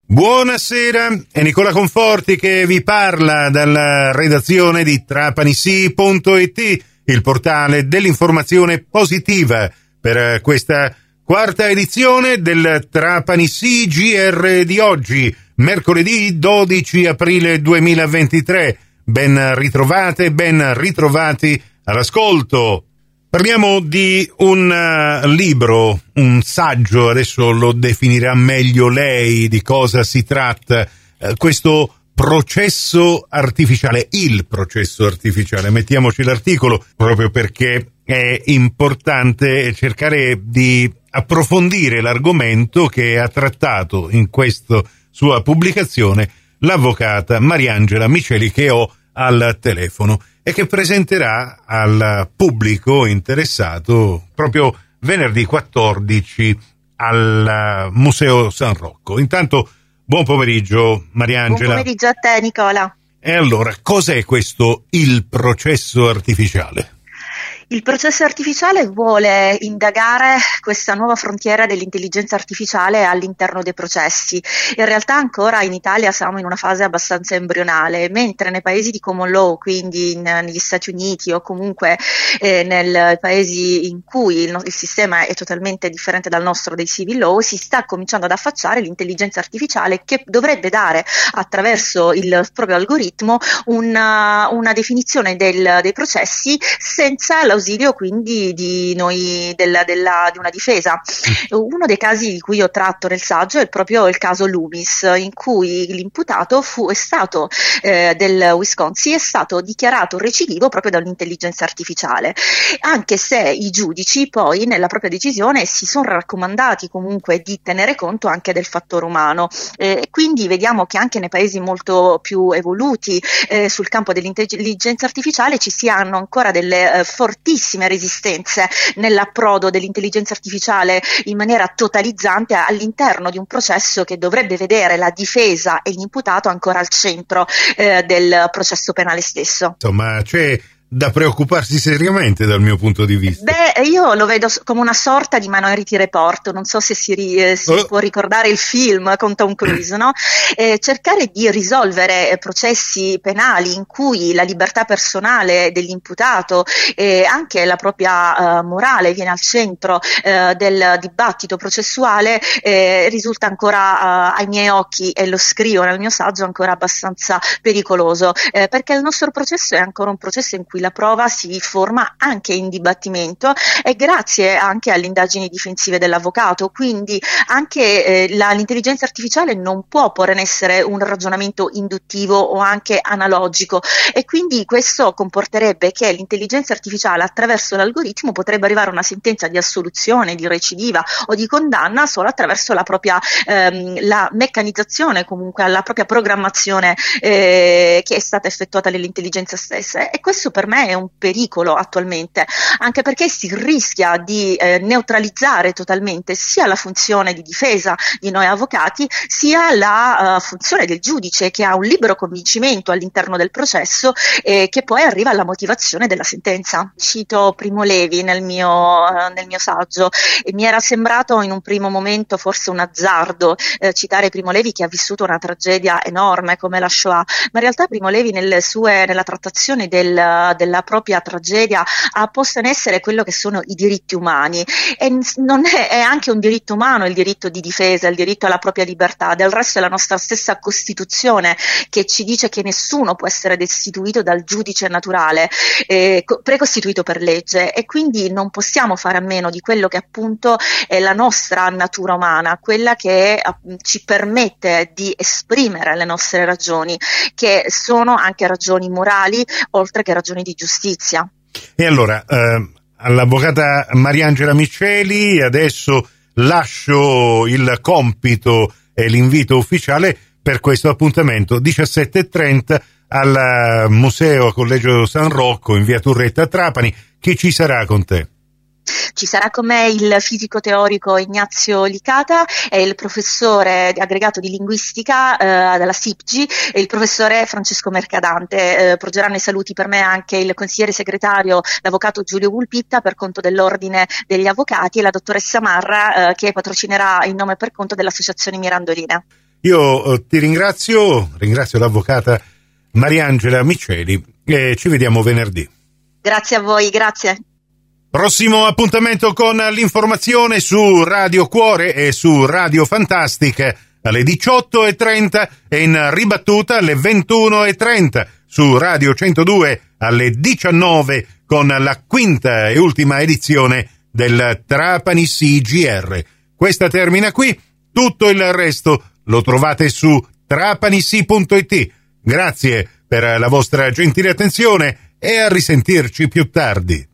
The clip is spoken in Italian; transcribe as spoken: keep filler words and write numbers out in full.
Buonasera, è Nicola Conforti che vi parla dalla redazione di Trapanissi punto it, il portale dell'informazione positiva, per questa quarta edizione del Trapanissi G R di oggi, mercoledì dodici aprile duemilaventitré. Ben ritrovate, ben ritrovati all'ascolto. Parliamo di un uh, libro, un saggio, adesso lo definirà meglio lei di cosa si tratta, uh, questo processo artificiale, il processo artificiale, mettiamoci l'articolo proprio perché è importante cercare di approfondire l'argomento che ha trattato in questa sua pubblicazione l'avvocata Mariangela Miceli, che ho al telefono e che presenterà al pubblico interessato proprio venerdì quattordici al Museo San Rocco. Intanto, buon pomeriggio Mariangela. Buon pomeriggio a te Nicola. E allora, cos'è questo il processo artificiale? Il processo artificiale vuole indagare questa nuova frontiera dell'intelligenza artificiale all'interno dei processi. In realtà ancora in Italia siamo in una fase abbastanza embrionale, mentre nei paesi di common law, quindi in, negli Stati Uniti o comunque eh, nei paesi in cui il, il sistema è totalmente differente dal nostro dei civil law, si sta cominciando ad affacciare l'intelligenza artificiale che dovrebbe dare attraverso il proprio algoritmo una, una definizione del, dei processi senza la ausilio quindi di noi della, della, di una difesa. Uno dei casi di cui io tratto nel saggio è proprio il caso Loomis, in cui l'imputato fu, è stato eh, del Wisconsin è stato dichiarato recidivo proprio dall'intelligenza artificiale, anche se i giudici poi nella propria decisione si sono raccomandati comunque di tenere conto anche del fattore umano. Eh, quindi vediamo che anche nei paesi molto più evoluti eh, sul campo dell'intelligenza artificiale ci si hanno ancora delle eh, forti resistenze nell'approdo dell'intelligenza artificiale in maniera totalizzante all'interno di un processo che dovrebbe vedere la difesa e l'imputato ancora al centro eh, del processo penale stesso. Insomma, c'è da preoccuparsi seriamente dal mio punto di vista. Beh, io lo vedo come una sorta di Minority Report, non so se si, ri, eh, si oh. può ricordare il film con Tom Cruise, no? Eh, cercare di risolvere eh, processi penali in cui la libertà personale dell'imputato e anche la propria eh, morale viene al centro eh, del dibattito processuale eh, risulta ancora eh, ai miei occhi, e lo scrivo nel mio saggio, ancora abbastanza pericoloso, eh, perché il nostro processo è ancora un processo in cui la prova si forma anche in dibattimento e grazie anche alle indagini difensive dell'avvocato, quindi anche eh, la, l'intelligenza artificiale non può porre in essere un ragionamento induttivo o anche analogico, e quindi questo comporterebbe che l'intelligenza artificiale attraverso l'algoritmo potrebbe arrivare a una sentenza di assoluzione, di recidiva o di condanna solo attraverso la propria ehm, la meccanizzazione, comunque la propria programmazione eh, che è stata effettuata dall'intelligenza stessa, e questo per me è un pericolo attualmente, anche perché si rischia di eh, neutralizzare totalmente sia la funzione di difesa di noi avvocati, sia la uh, funzione del giudice, che ha un libero convincimento all'interno del processo e che poi arriva alla motivazione della sentenza. Cito Primo Levi nel mio, uh, nel mio saggio, e mi era sembrato in un primo momento forse un azzardo eh, citare Primo Levi, che ha vissuto una tragedia enorme come la Shoah, ma in realtà Primo Levi nelle sue, nella trattazione del della propria tragedia ha posto in essere quello che sono i diritti umani, e non è, è anche un diritto umano il diritto di difesa, il diritto alla propria libertà. Del resto è la nostra stessa Costituzione che ci dice che nessuno può essere destituito dal giudice naturale eh, precostituito per legge, e quindi non possiamo fare a meno di quello che appunto è la nostra natura umana, quella che eh, ci permette di esprimere le nostre ragioni, che sono anche ragioni morali oltre che ragioni di giustizia. E allora eh, all'avvocata Mariangela Miceli adesso lascio il compito e l'invito ufficiale per questo appuntamento diciassette e trenta al Museo Collegio San Rocco in via Turretta a Trapani. Chi ci sarà con te? Ci sarà con me il fisico teorico Ignazio Licata e il professore aggregato di linguistica eh, della S I P G I e il professore Francesco Mercadante. Eh, porgeranno i saluti per me anche il consigliere segretario, l'avvocato Giulio Vulpitta per conto dell'Ordine degli Avvocati, e la dottoressa Marra eh, che patrocinerà in nome e per conto dell'Associazione Mirandolina. Io eh, ti ringrazio, ringrazio l'avvocata Mariangela Miceli e ci vediamo venerdì. Grazie a voi, grazie. Prossimo appuntamento con l'informazione su Radio Cuore e su Radio Fantastica alle diciotto e trenta e in ribattuta alle ventuno e trenta su Radio centodue alle diciannove con la quinta e ultima edizione del Trapani C G R. Questa termina qui, tutto il resto lo trovate su trapanisi punto it. Grazie per la vostra gentile attenzione e a risentirci più tardi.